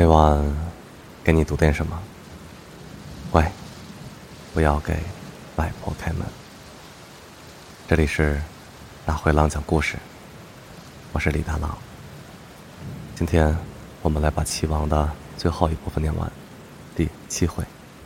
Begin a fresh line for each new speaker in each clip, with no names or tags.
每晚给你读点什么？喂，不要给外婆开门。这里是大灰狼讲故事，我是李大狼。今天我们来把齐王的最后一部分念完，第7回。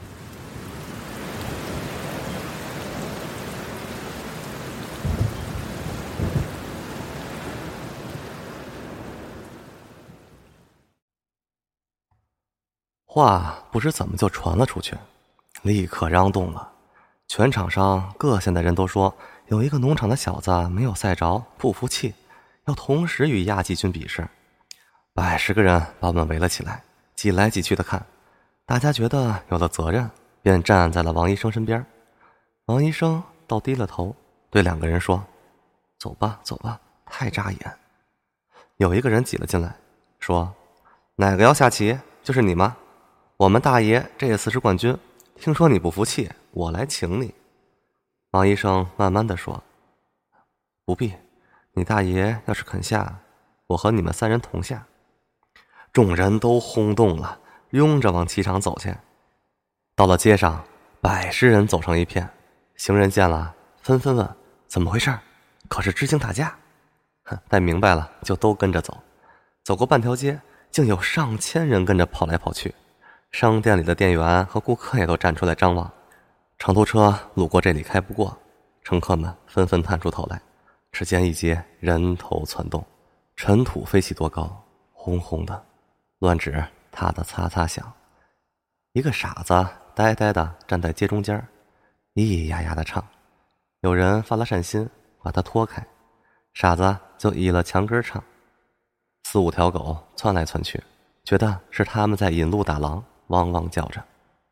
话不知怎么就传了出去，立刻嚷动了。全场上各县的人都说，有一个农场的小子没有赛着，不服气，要同时与亚季军比试。100个人把我们围了起来，挤来挤去的看。大家觉得有了责任，便站在了王医生身边。王医生倒低了头，对2个人说：“走吧，走吧，太扎眼。”有一个人挤了进来，说：“哪个要下棋？就是你吗？我们大爷这次是冠军，听说你不服气，我来请你。”王医生慢慢地说：“不必，你大爷要是肯下，我和你们3人同下。”众人都轰动了，拥着往棋场走去。到了街上，100人走成一片，行人见了纷纷问：“怎么回事？可是知青打架？”待明白了就都跟着走。走过半条街，竟有上千人跟着跑来跑去。商店里的店员和顾客也都站出来张望。长途车路过这里开不过，乘客们纷纷探出头来。只见一街人头攒动，尘土飞起多高，轰轰的，乱指踏得擦擦响。一个傻子呆呆地站在街中间，咿咿呀呀地唱。有人发了善心，把他拖开，傻子就倚了墙根唱。4、5条狗窜来窜去，觉得是他们在引路打狼，汪汪叫着。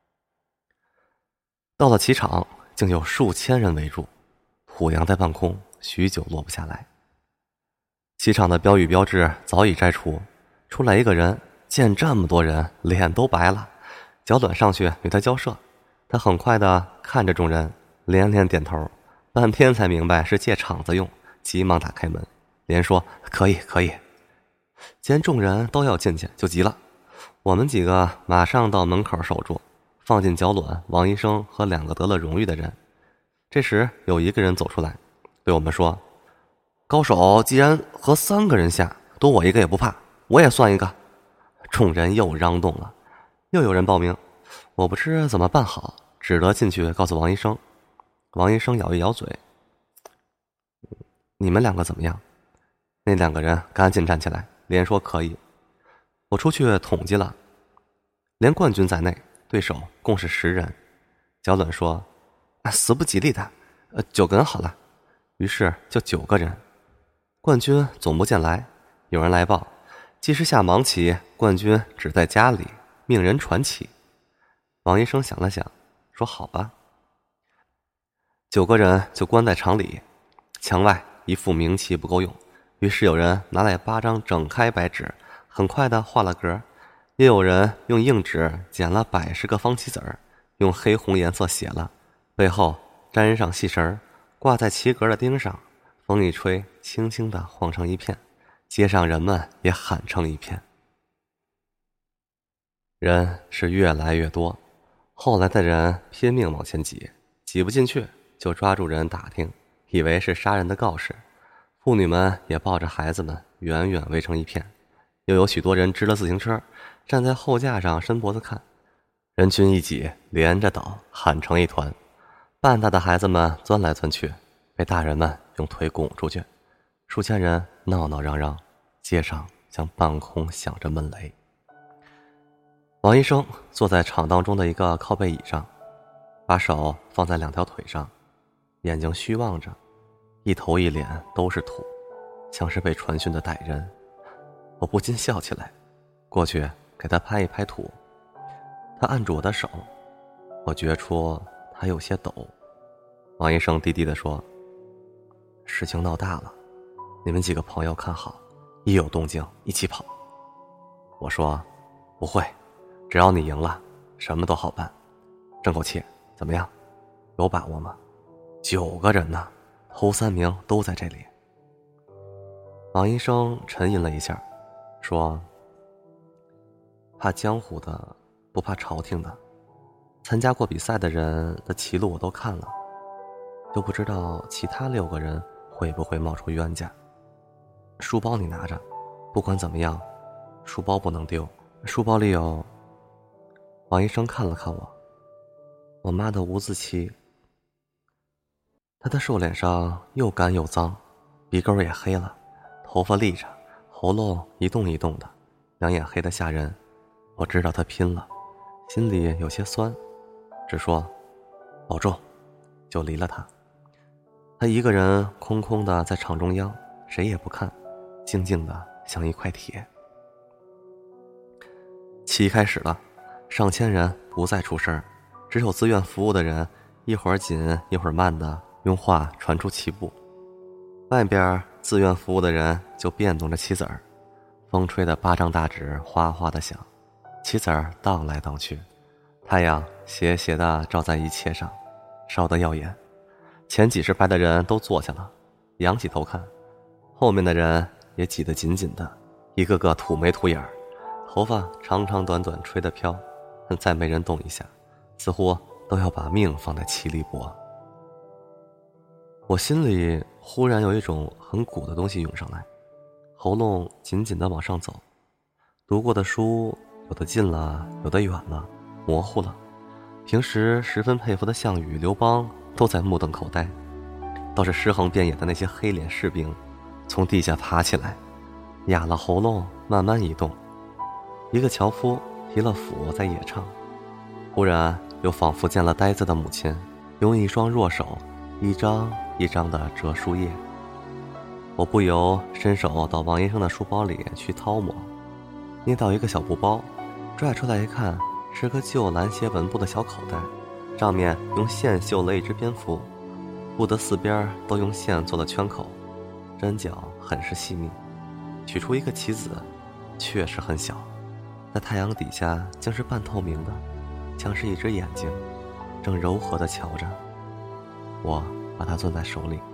到了棋场，竟有数千人围住，土扬在半空，许久落不下来。棋场的标语标志早已摘除，出来一个人，见这么多人，脸都白了，脚短上去与他交涉。他很快地看着众人，连连点头，半天才明白是借场子用，急忙打开门，连说：“可以，可以。”见众人都要进去，就急了。我们几个马上到门口守住，放进脚卵王医生和2个得了荣誉的人。这时有一个人走出来，对我们说：“高手既然和3个人下，多我一个也不怕，我也算一个。”众人又嚷动了，又有人报名，我不知怎么办好，只得进去告诉王医生。王医生咬一咬嘴：“你们2个怎么样？”那2个人赶紧站起来，连说可以。我出去统计了，连冠军在内，对手共是10人。脚卵说：“死不吉利的，9个人好了。”于是就9个人。冠军总不见来，有人来报，即使下盲棋，冠军只在家里，命人传奇。王医生想了想，说：“好吧。”9个人就关在场里，墙外一副明棋不够用，于是有人拿来8张整开白纸，很快的画了格，也有人用硬纸剪了100个方棋子儿，用黑红颜色写了，背后粘上细绳，挂在棋格的钉上，风一吹，轻轻地晃成一片，街上人们也喊成一片。人是越来越多，后来的人拼命往前挤，挤不进去就抓住人打听，以为是杀人的告示。妇女们也抱着孩子们远远围成一片，又有许多人支了自行车，站在后架上伸脖子看。人群一挤，连着倒，喊成一团。半大的孩子们钻来钻去，被大人们用腿拱出去。数千人闹闹嚷嚷，街上像半空响着闷雷。王医生坐在场当中的一个靠背椅上，把手放在2条腿上，眼睛虚望着，一头一脸都是土，像是被传讯的歹人。我不禁笑起来，过去给他拍一拍土。他按住我的手，我觉出他有些抖。王医生低低地说：“事情闹大了，你们几个朋友看好，一有动静一起跑。”我说：“不会，只要你赢了，什么都好办。争口气，怎么样？有把握吗？9个人呢，头3名都在这里。”王医生沉吟了一下，说：“ 怕江湖的，不怕朝廷的。参加过比赛的人的棋路我都看了，就不知道其他6个人会不会冒出冤家。书包你拿着，不管怎么样，书包不能丢。书包里有……王医生看了看我妈的无字旗。他的瘦脸上又干又脏，鼻沟也黑了，头发立着，喉咙一动一动的，两眼黑得吓人。我知道他拼了，心里有些酸，只说保重，就离了他。他一个人空空的在场中央，谁也不看，静静的像一块铁。棋开始了，上千人不再出声，只有自愿服务的人一会儿紧一会儿慢的用话传出棋步。外边自愿服务的人就变动着棋子儿，风吹得巴掌大纸哗哗的响，棋子儿荡来荡去，太阳斜斜地照在一切上，烧得耀眼。前几十排的人都坐下了，仰起头看，后面的人也挤得紧紧的，一个个土眉土眼儿，头发长长短短吹得飘，再没人动一下，似乎都要把命放在棋里搏。我心里忽然有一种很鼓的东西涌上来，喉咙紧紧地往上走。读过的书有的近了，有的远了，模糊了。平时十分佩服的项羽、刘邦都在目瞪口呆，倒是尸横遍野的那些黑脸士兵从地下爬起来，哑了喉咙慢慢移动。一个樵夫提了斧在野唱，忽然又仿佛见了呆子的母亲用一双弱手一张一张地折树叶。我不由伸手到王医生的书包里去掏摸，捏到一个小布包，拽出来一看，是个旧蓝鞋纹布的小口袋，上面用线绣了一只蝙蝠，布的四边都用线做了圈口，针脚很是细密。取出一个棋子，确实很小，在太阳底下竟是半透明的，像是一只眼睛，正柔和地瞧着我，把它攥在手里。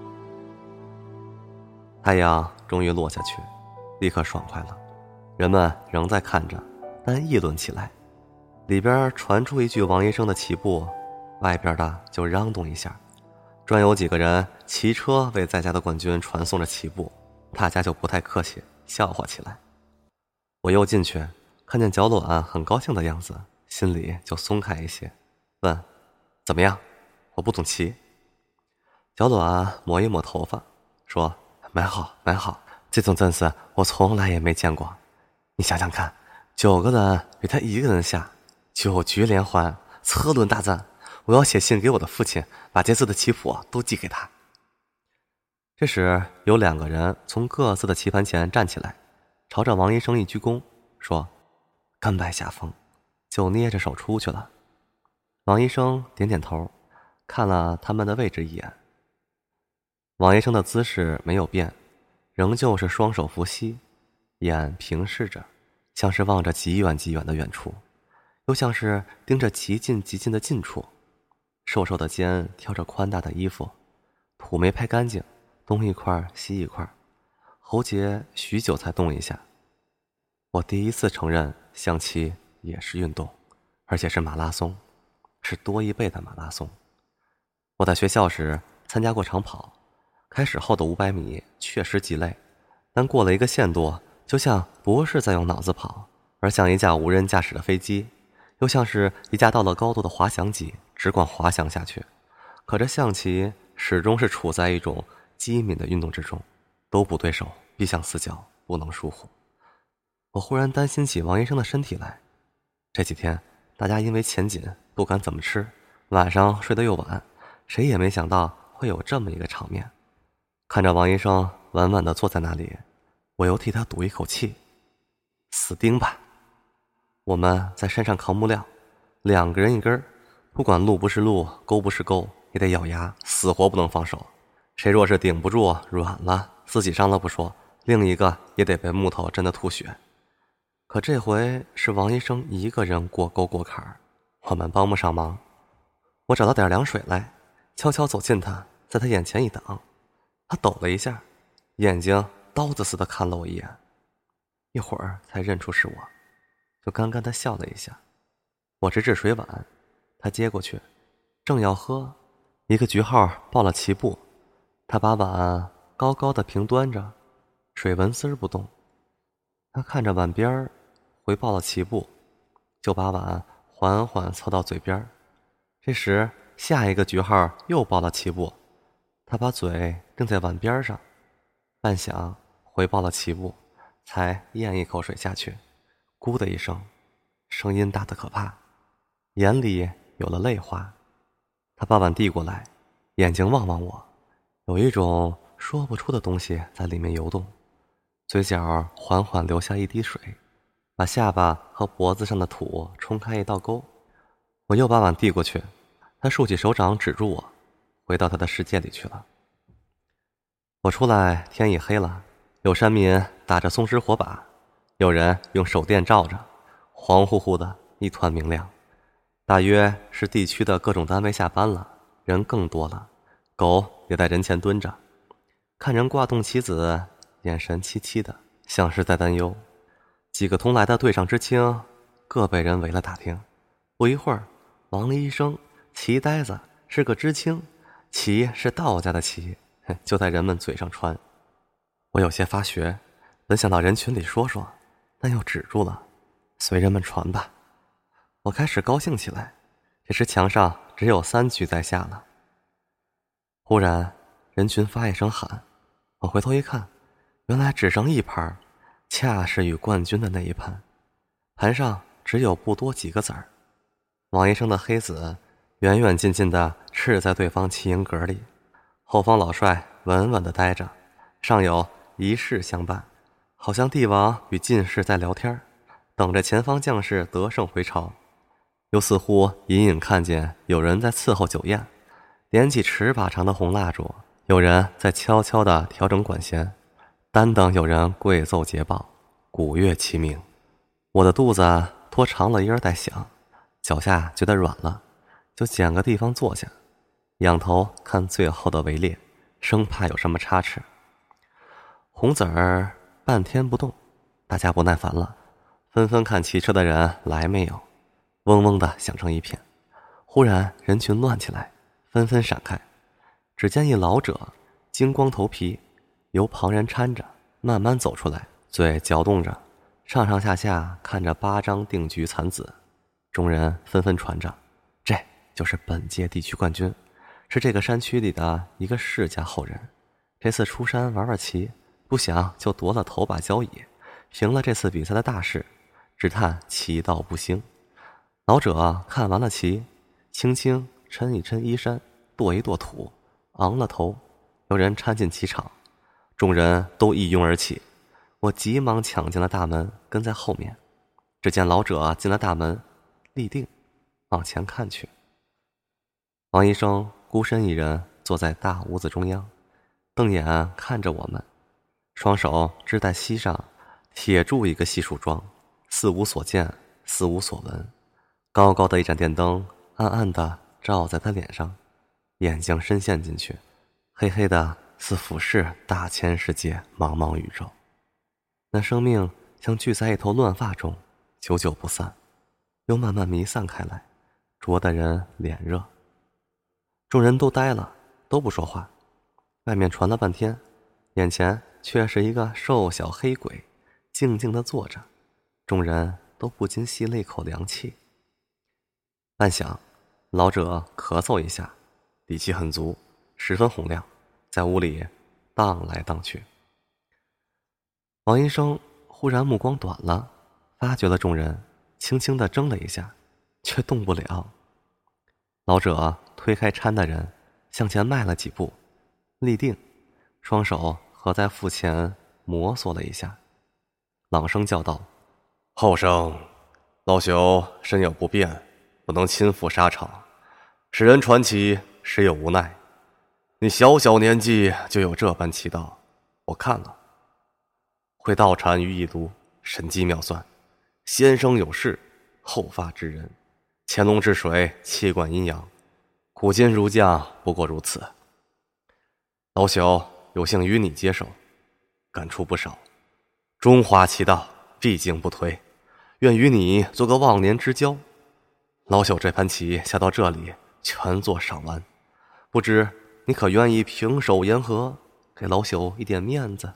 太阳终于落下去，立刻爽快了，人们仍在看着，但议论起来。里边传出一句王医生的棋步，外边的就嚷动一下，专有几个人骑车为在家的冠军传送着棋步，大家就不太客气，笑话起来。我又进去，看见角卵很高兴的样子，心里就松开一些，问怎么样，我不懂棋。角卵抹一抹头发，说蛮好蛮好，这种阵势我从来也没见过。你想想看，9个人比他一个人下，9局连环，车轮大战，我要写信给我的父亲，把这次的棋谱都寄给他。这时有2个人从各自的棋盘前站起来，朝着王医生一鞠躬，说甘拜下风，就捏着手出去了。王医生点点头，看了他们的位置一眼。王医生的姿势没有变，仍旧是双手扶膝，眼平视着，像是望着极远极远的远处，又像是盯着极近极近的近处。瘦瘦的肩挑着宽大的衣服，土没拍干净，东一块西一块，喉结许久才动一下。我第一次承认象棋也是运动，而且是马拉松，是多1倍的马拉松。我在学校时参加过长跑，开始后的500米确实极累，但过了一个限度，就像不是在用脑子跑，而像一架无人驾驶的飞机，又像是一架到了高度的滑翔机，只管滑翔下去。可这象棋始终是处在一种机敏的运动之中，都不对手，必向死角，不能疏忽。我忽然担心起王医生的身体来。这几天大家因为钱紧不敢怎么吃，晚上睡得又晚，谁也没想到会有这么一个场面。看着王医生稳稳地坐在那里，我又替他赌一口气，死盯吧。我们在山上扛木料，2个人一根，不管路不是路，沟不是沟，也得咬牙，死活不能放手。谁若是顶不住，软了，自己伤了不说，另一个也得被木头震得吐血。可这回是王医生一个人过沟过坎儿，我们帮不上忙。我找到点凉水来，悄悄走近他，在他眼前一挡，他抖了一下，眼睛刀子似的看了我一眼，一会儿才认出是我， 又干干地笑了一下。我直至水碗，他接过去，正要喝，一个橘号抱了齐步，他把碗高高的平端着，水纹丝不动。他看着碗边回报了齐步，就把碗缓缓凑到嘴边。这时下一个橘号又抱了齐步，他把嘴定在碗边上，半晌回报了齐步，才咽一口水下去，咕的一声，声音大得可怕，眼里有了泪花。他把碗递过来，眼睛望望我，有一种说不出的东西在里面游动，嘴角缓缓流下一滴水，把下巴和脖子上的土冲开一道沟。我又把碗递过去，他竖起手掌指住我，回到他的世界里去了。我出来，天已黑了，有山民打着松枝火把，有人用手电照着，黄乎乎的一团明亮。大约是地区的各种单位下班了，人更多了，狗也在人前蹲着，看人挂动棋子，眼神凄凄的，像是在担忧。几个同来的队上知青各被人围了打听。不一会儿，王医生棋呆子是个知青，棋是道家的棋，就在人们嘴上传。我有些发学，本想到人群里说说，但又止住了，随人们传吧。我开始高兴起来，这时墙上只有3局在下了。忽然人群发一声喊，我回头一看，原来只剩一盘，恰是与冠军的那一盘，盘上只有不多几个子儿。王医生的黑子远远近近地斥在对方棋营格里，后方老帅稳稳地待着，上有仪式相伴，好像帝王与进士在聊天，等着前方将士得胜回朝。又似乎隐隐看见有人在伺候酒宴，点起尺把长的红蜡烛，有人在悄悄地调整管弦，单等有人跪奏捷报，鼓乐齐鸣。我的肚子拖长了音儿在响，脚下觉得软了，就捡个地方坐下，仰头看最后的围猎，生怕有什么差池。红子儿半天不动，大家不耐烦了，纷纷看骑车的人来没有，嗡嗡地响成一片。忽然人群乱起来，纷纷闪开。只见一老者金光头皮，由旁人搀着慢慢走出来，嘴嚼动着，上上下下看着8张定局残子。众人纷纷传着，这就是本届地区冠军，是这个山区里的一个世家后人，这次出山玩玩棋，不想就夺了头把交椅，平了这次比赛的大事，只叹棋道不兴。老者看完了棋，轻轻抻一抻衣衫，跺一跺土，昂了头，有人搀进棋场。众人都一拥而起，我急忙抢进了大门，跟在后面。只见老者进了大门，立定往前看去。王医生孤身一人坐在大屋子中央，瞪眼看着我们，双手支在膝上，铁住一个细树桩，似无所见，似无所闻。高高的一盏电灯暗暗地照在他脸上，眼睛深陷进去，黑黑的似俯视大千世界茫茫宇宙。那生命像聚在一头乱发中，久久不散，又慢慢弥散开来，灼得人脸热。众人都呆了，都不说话。外面传了半天，眼前却是一个瘦小黑鬼，静静地坐着，众人都不禁吸了一口凉气。半晌，老者咳嗽一下，底气很足，十分洪亮，在屋里荡来荡去。王医生忽然目光短了，发觉了众人，轻轻地怔了一下，却动不了。老者推开搀的人，向前迈了几步，立定，双手合在腹前摩挲了一下，朗声叫道：“后生，老朽身有不便，不能亲赴沙场，使人传奇，实有无奈。你小小年纪就有这般奇道，我看了，会道禅于一炉，神机妙算，先生有事，后发制人，潜龙治水，气贯阴阳，古今儒将不过如此。老朽有幸与你接手，感触不少。中华奇道毕竟不推， 愿与你做个忘年之交。老朽这盘棋下到这里，全作赏玩，不知你可愿意平手言和，给老朽一点面子？”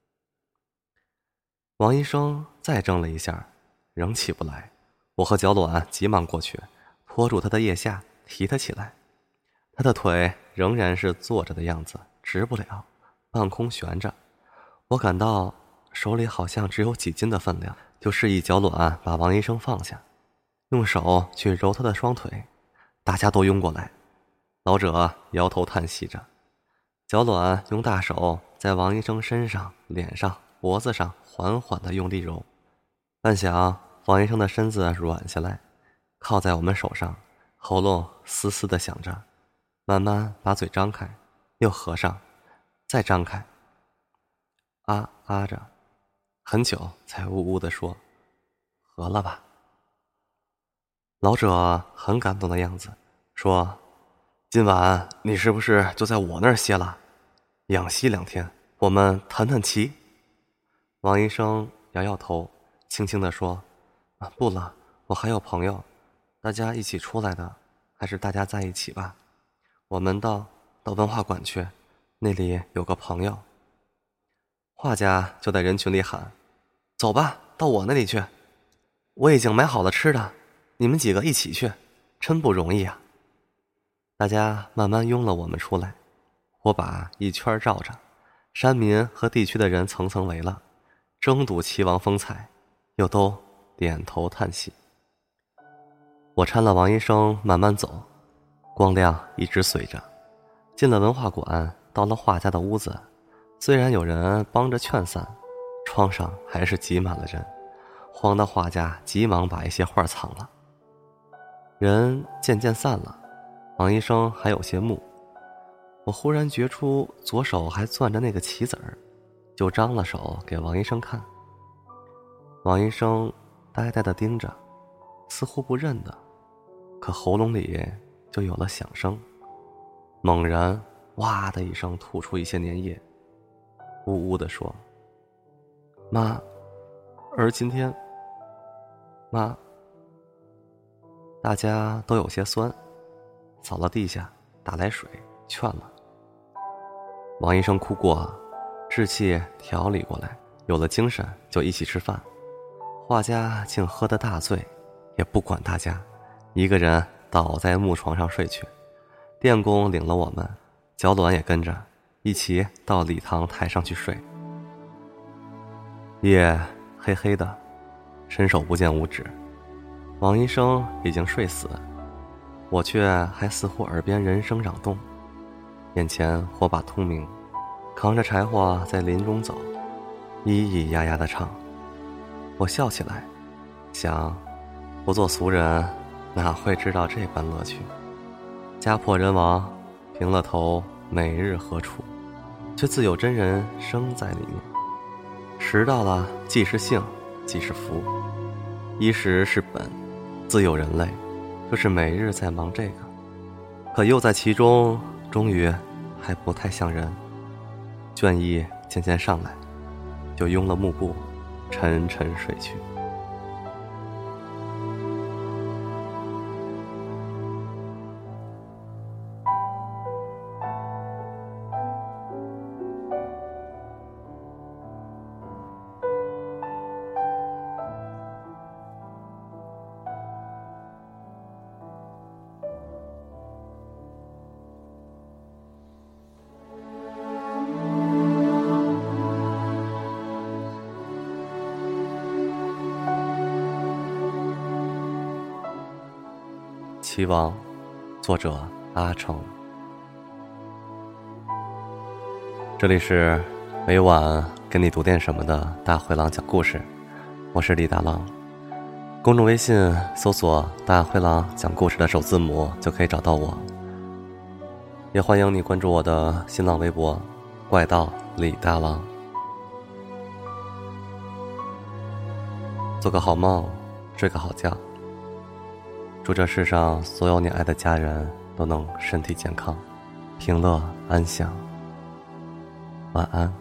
王医生再怔了一下，仍起不来。我和脚卵急忙过去，拖住他的腋下，提他起来。他的腿仍然是坐着的样子，直不了，半空悬着。我感到手里好像只有几斤的分量，就示意脚卵把王医生放下，用手去揉他的双腿。大家都拥过来，老者摇头叹息着，脚卵用大手在王医生身上、脸上、脖子上缓缓地用力揉。半晌，王医生的身子软下来，靠在我们手上，喉咙嘶嘶地响着，慢慢把嘴张开，又合上，再张开，啊啊着，很久才呜呜地说：“合了吧。”老者很感动的样子，说：“今晚你是不是就在我那儿歇了？养息2天，我们谈谈棋。”王医生摇摇头，轻轻地说：“不了，我还有朋友，大家一起出来的，还是大家在一起吧。我们到文化馆去，那里有个朋友。”画家就在人群里喊：“走吧，到我那里去，我已经买好了吃的，你们几个一起去，真不容易啊。”大家慢慢拥了我们出来，火把一圈照着，山民和地区的人层层围了，争睹齐王风采，又都点头叹息。我搀了王医生慢慢走，光亮一直随着，进了文化馆，到了画家的屋子。虽然有人帮着劝散，窗上还是挤满了人，慌的画家急忙把一些画藏了。人渐渐散了，王医生还有些木。我忽然觉出左手还攥着那个棋子儿，就张了手给王医生看。王医生呆呆地盯着，似乎不认得，可喉咙里就有了响声，猛然哇的一声吐出一些粘液，呜呜地说：“妈，儿今天……妈。”大家都有些酸，扫了地下，打来水，劝了。王医生哭过，志气调理过来，有了精神，就一起吃饭。画家竟喝得大醉，也不管大家，一个人倒在木床上睡去。电工领了我们，脚卵也跟着，一起到礼堂台上去睡。夜黑黑的，伸手不见五指。王医生已经睡死，我却还似乎耳边人声嚷动，眼前火把通明，扛着柴火在林中走，咿咿呀呀地唱。我笑起来，想不做俗人哪会知道这般乐趣？家破人亡，平了头每日何处？却自有真人生在里面。时到了，既是幸，既是福。衣食是本，自有人类，就是每日在忙这个，可又在其中，终于还不太像人。倦意渐渐上来，就拥了幕布，沉沉睡去。棋王，作者阿成。这里是每晚跟你读点什么的大灰狼讲故事，我是李大狼。公众微信搜索大灰狼讲故事的首字母就可以找到我，也欢迎你关注我的新浪微博怪盗李大狼。做个好梦，睡个好觉，祝这世上所有你爱的家人都能身体健康，平乐安详。晚安。